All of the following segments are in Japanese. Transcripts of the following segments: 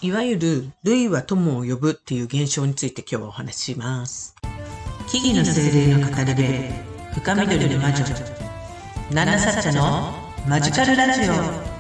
いわゆる類は友を呼ぶっていう現象について今日はお話しします。木々の精霊の語り部、深緑の魔女、ナナサッチャのマジカルラジオ。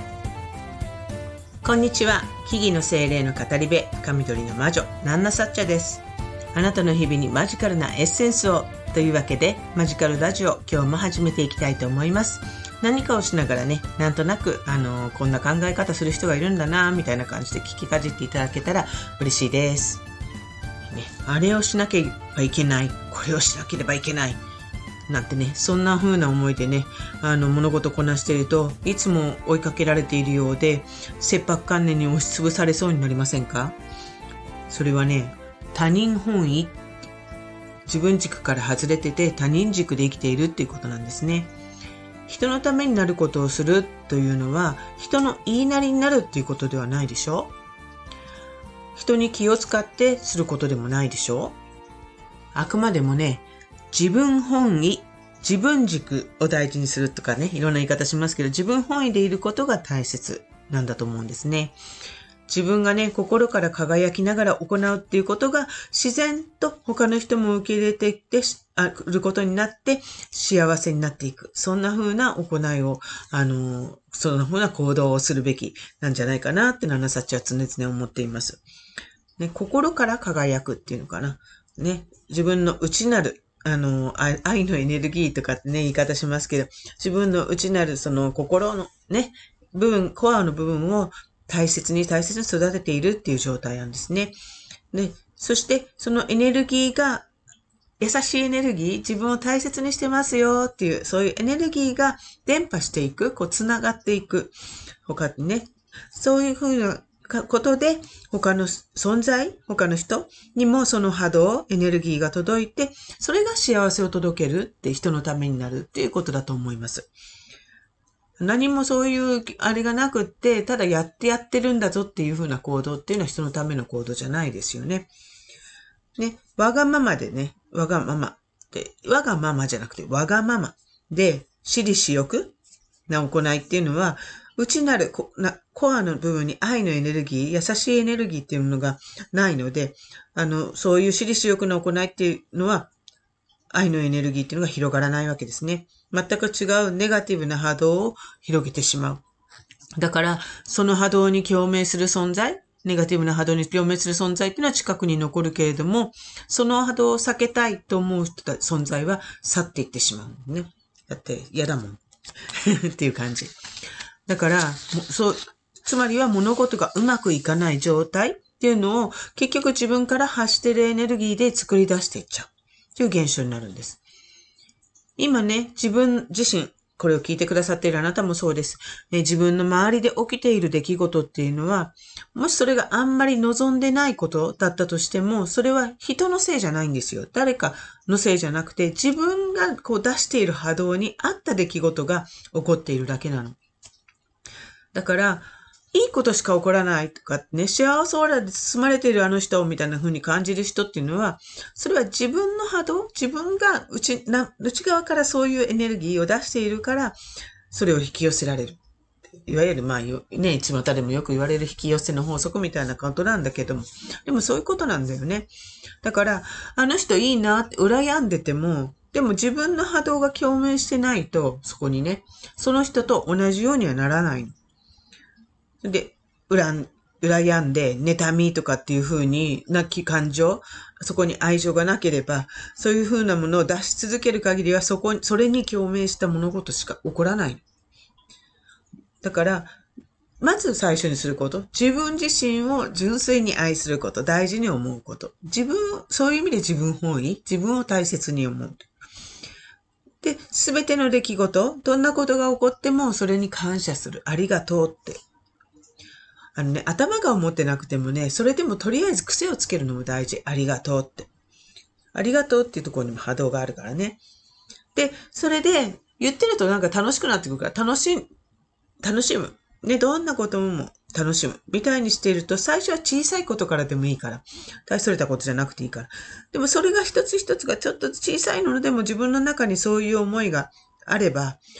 こんにちは。木々の精霊の語り部、深緑の魔女、ナナサッチャです。あなたの日々にマジカルなエッセンスをというわけで、マジカルラジオ今日も始めていきたいと思います。何かをしながらね、なんとなくこんな考え方する人がいるんだなみたいな感じで聞きかじっていただけたら嬉しいです、ね、あれをしなければいけない、これをしなければいけないなんてね、そんな風な思いでね、物事こなしているといつも追いかけられているようで、切迫観念に押しつぶされそうになりませんか？それはね、他人本位、自分軸から外れてて他人軸で生きているっていうことなんですね。人のためになることをするというのは、人の言いなりになるっていうことではないでしょ。人に気を使ってすることでもないでしょ。あくまでもね、自分本位、自分軸を大事にするとかね、いろんな言い方しますけど、自分本位でいることが大切なんだと思うんですね。自分がね、心から輝きながら行うっていうことが自然と他の人も受け入れていってることになって幸せになっていく。そんな風な行いを、そんな風な行動をするべきなんじゃないかなってナナサッチは常々思っています。ね、心から輝くっていうのかな。ね、自分の内なる愛のエネルギーとかってね、言い方しますけど、自分の内なるその心のね、部分、コアの部分を大切に育てているっていう状態なんですね。で、そしてそのエネルギーが優しいエネルギー、自分を大切にしてますよっていう、そういうエネルギーが伝播していく、つながっていく。他にね、そういうふうなことで、他の人にもその波動、エネルギーが届いて、それが幸せを届けるって人のためになるっていうことだと思います。何もそういうあれがなくって、ただやってるんだぞっていうふうな行動っていうのは人のための行動じゃないですよね。ね、わがままでね、わがままじゃなくて、わがままで、私利私欲な行いっていうのは、内なるコアの部分に愛のエネルギー、優しいエネルギーっていうのがないので、そういう私利私欲の行いっていうのは、愛のエネルギーっていうのが広がらないわけですね。全く違うネガティブな波動を広げてしまう。だから、その波動に共鳴する存在、ネガティブな波動に共鳴する存在っていうのは近くに残るけれども、その波動を避けたいと思う存在は去っていってしまうね。だって嫌だもんっていう感じ。だから、つまりは物事がうまくいかない状態っていうのを結局自分から発しているエネルギーで作り出していっちゃうという現象になるんです。今ね、自分自身、これを聞いてくださっているあなたもそうです。自分の周りで起きている出来事っていうのは、もしそれがあんまり望んでないことだったとしても、それは人のせいじゃないんですよ。誰かのせいじゃなくて、自分が出している波動に合った出来事が起こっているだけなの。だから、いいことしか起こらないとかね、幸せオーラで包まれているあの人みたいな風に感じる人っていうのは、それは自分の波動、自分が内側からそういうエネルギーを出しているから、それを引き寄せられる。いわゆる、ね、巷でもよく言われる引き寄せの法則みたいなことなんだけども、でもそういうことなんだよね。だから、あの人いいなって羨んでても、でも自分の波動が共鳴してないと、そこにね、その人と同じようにはならないの。で、羨んで、妬みとかっていう風にな感情、そこに愛情がなければ、そういう風なものを出し続ける限りは、それに共鳴した物事しか起こらない。だから、まず最初にすること、自分自身を純粋に愛すること、大事に思うこと。そういう意味で自分本位、自分を大切に思う。で、すべての出来事、どんなことが起こっても、それに感謝する。ありがとうって。頭が思ってなくてもね、それでもとりあえず癖をつけるのも大事。ありがとうって。ありがとうっていうところにも波動があるからね。で、それで言ってるとなんか楽しくなってくるから、楽しむ。ね、どんなことも楽しむ。みたいにしていると、最初は小さいことからでもいいから。大それたことじゃなくていいから。でもそれが一つ一つがちょっと小さいのでも自分の中にそういう思いがあれば、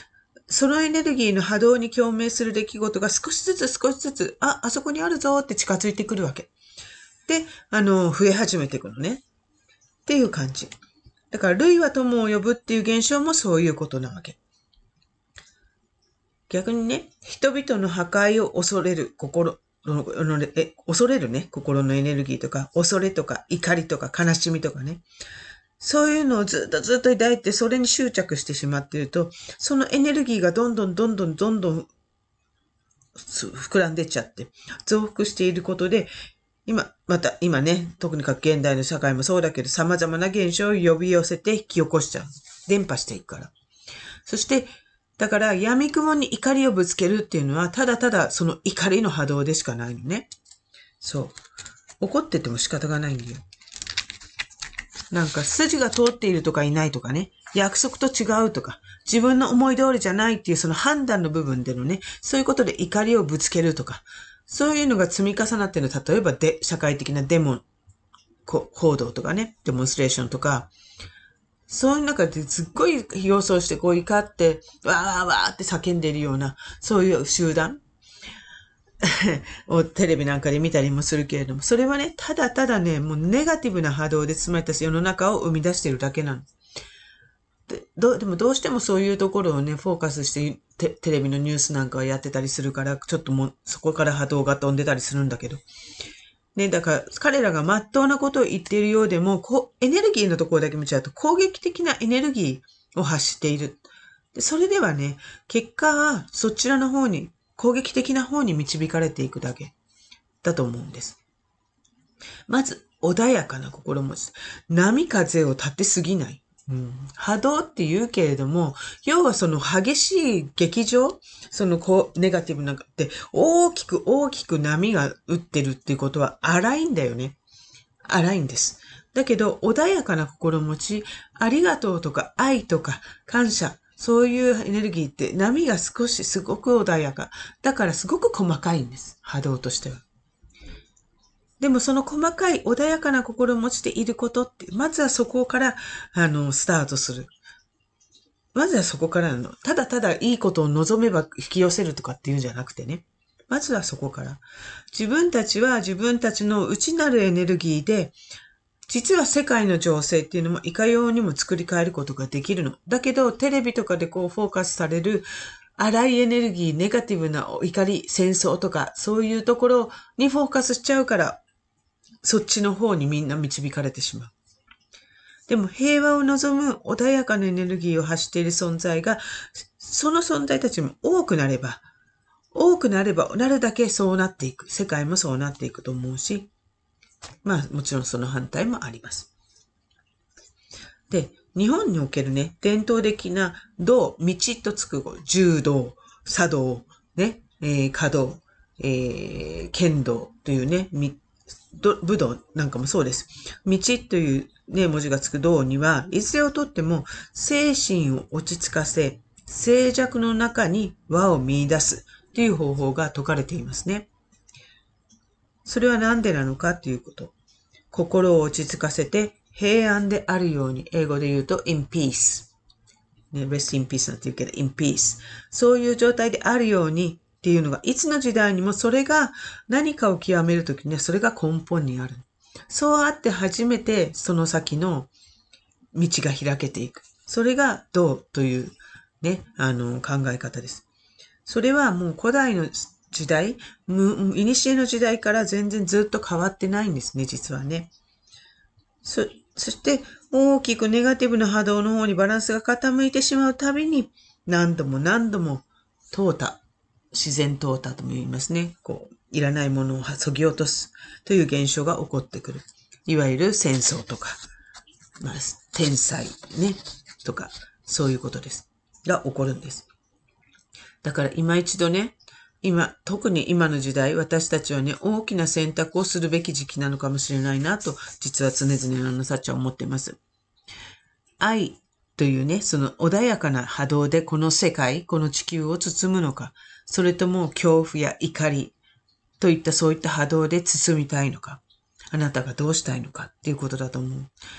そのエネルギーの波動に共鳴する出来事が少しずつ、あそこにあるぞって近づいてくるわけ。で、増え始めていくのね。っていう感じ。だから、類は友を呼ぶっていう現象もそういうことなわけ。逆にね、人々の破壊を恐れる心のエネルギーとか、恐れとか、怒りとか、悲しみとかね。そういうのをずっと抱いて、それに執着してしまっていると、そのエネルギーがどんどん膨らんでっちゃって、増幅していることで、今ね、特に現代の社会もそうだけど、様々な現象を呼び寄せて引き起こしちゃう。伝播していくから。そして、だから闇雲に怒りをぶつけるっていうのは、ただただその怒りの波動でしかないのね。そう。怒ってても仕方がないんだよ。なんか筋が通っているとかいないとかね、約束と違うとか、自分の思い通りじゃないっていうその判断の部分でのね、そういうことで怒りをぶつけるとか、そういうのが積み重なっているの、例えば社会的なデモ報道とかね、デモンストレーションとか、そういう中ですっごい様相して怒って、わーって叫んでいるような、そういう集団をテレビなんかで見たりもするけれども、それはね、ただただね、もうネガティブな波動で包まれた世の中を生み出しているだけなの。でもどうしてもそういうところをね、フォーカスしてテレビのニュースなんかはやってたりするから、ちょっともうそこから波動が飛んでたりするんだけど。ね、だから彼らが真っ当なことを言っているようでも、エネルギーのところだけ見ちゃうと攻撃的なエネルギーを発している。でそれではね、結果はそちらの方に、攻撃的な方に導かれていくだけだと思うんです。まず、穏やかな心持ち。波風を立てすぎない。波動って言うけれども、要はその激しい劇場、そのネガティブなんかって大きく波が打ってるっていうことは荒いんだよね。荒いんです。だけど穏やかな心持ち、ありがとうとか愛とか感謝、そういうエネルギーって波がすごく穏やか。だからすごく細かいんです。波動としては。でもその細かい穏やかな心を持ちでいることって、まずはそこから、スタートする。まずはそこからただただいいことを望めば引き寄せるとかっていうんじゃなくてね。まずはそこから。自分たちは自分たちの内なるエネルギーで、実は世界の情勢っていうのもいかようにも作り変えることができるの。だけど、テレビとかでフォーカスされる荒いエネルギー、ネガティブな怒り、戦争とか、そういうところにフォーカスしちゃうから、そっちの方にみんな導かれてしまう。でも平和を望む穏やかなエネルギーを発している存在が、その存在たちも多くなればなるだけそうなっていく。世界もそうなっていくと思うし、まあもちろんその反対もあります。で、日本におけるね、伝統的な道とつく語、柔道、茶道、ね、華道、剣道というね、武道なんかもそうです。道というね、文字がつく道には、いずれをとっても精神を落ち着かせ、静寂の中に和を見出すという方法が説かれていますね。それは何でなのかということ。心を落ち着かせて平安であるように、英語で言うと in peace。ね、rest in peace なんて言うけど in peace。そういう状態であるようにっていうのが、いつの時代にもそれが何かを極めるときにはそれが根本にある。そうあって初めてその先の道が開けていく。それが道というね、考え方です。それはもう古代の時代、古の時代から全然ずっと変わってないんですね、実はね。そして大きくネガティブな波動の方にバランスが傾いてしまうたびに何度も自然淘汰とも言いますね。いらないものを削ぎ落とすという現象が起こってくる。いわゆる戦争とか、天災ね、とか、そういうことです。が起こるんです。だから今一度ね、特に今の時代、私たちはね、大きな選択をするべき時期なのかもしれないなと、実は常々さっちゃん思っています。愛というね、その穏やかな波動でこの世界、この地球を包むのか、それとも恐怖や怒りといったそういった波動で包みたいのか、あなたがどうしたいのかっていうことだと思う。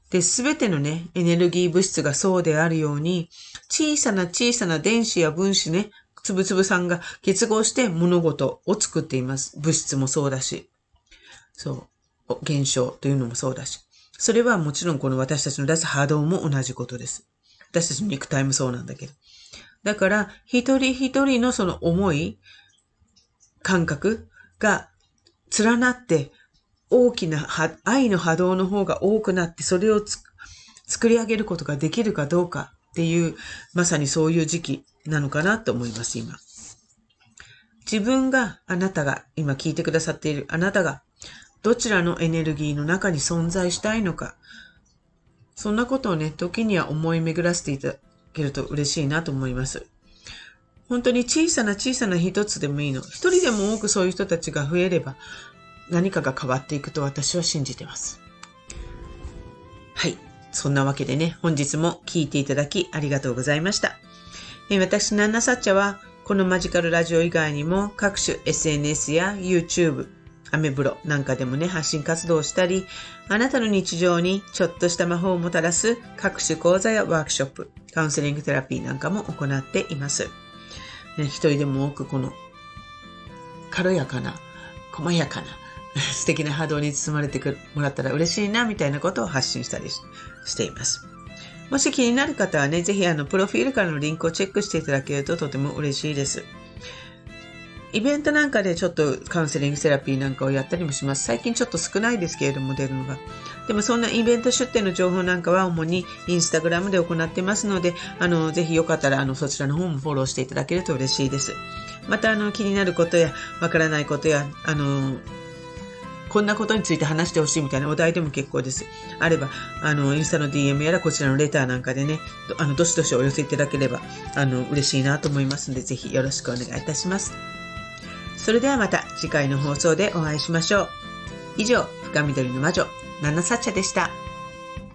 で、すべてのね、エネルギー物質がそうであるように、小さな小さな電子や分子ね、つぶつぶさんが結合して物事を作っています。物質もそうだし、そう、現象というのもそうだし。それはもちろんこの私たちの出す波動も同じことです。私たちの肉体もそうなんだけど。だから、一人一人のその思い、感覚が連なって、大きな愛の波動の方が多くなって、それを作り上げることができるかどうかっていう、まさにそういう時期なのかなと思います、今。自分が、あなたが、今聞いてくださっているあなたが、どちらのエネルギーの中に存在したいのか、そんなことをね、時には思い巡らせていただけると嬉しいなと思います。本当に小さな小さな一つでもいいの。一人でも多くそういう人たちが増えれば、何かが変わっていくと私は信じてます。はい。そんなわけでね、本日も聞いていただきありがとうございました。私、ナンナサッチャは、このマジカルラジオ以外にも各種 SNS や YouTube、アメブロなんかでもね、発信活動をしたり、あなたの日常にちょっとした魔法をもたらす各種講座やワークショップ、カウンセリングテラピーなんかも行っています。ね、一人でも多くこの軽やかな、細やかな、素敵な波動に包まれてもらったら嬉しいな、みたいなことを発信したりしています。もし気になる方はね、ぜひプロフィールからのリンクをチェックしていただけるととても嬉しいです。イベントなんかでちょっとカウンセリングセラピーなんかをやったりもします。最近ちょっと少ないですけれども出るのが。でもそんなイベント出店の情報なんかは主にインスタグラムで行ってますので、ぜひよかったらそちらの方もフォローしていただけると嬉しいです。また気になることやわからないことや、こんなことについて話してほしいみたいなお題でも結構です。あれば、インスタの DM やらこちらのレターなんかでね、どしどしお寄せいただければ、嬉しいなと思いますので、ぜひよろしくお願いいたします。それではまた次回の放送でお会いしましょう。以上、深緑の魔女、ナナサッチャでした。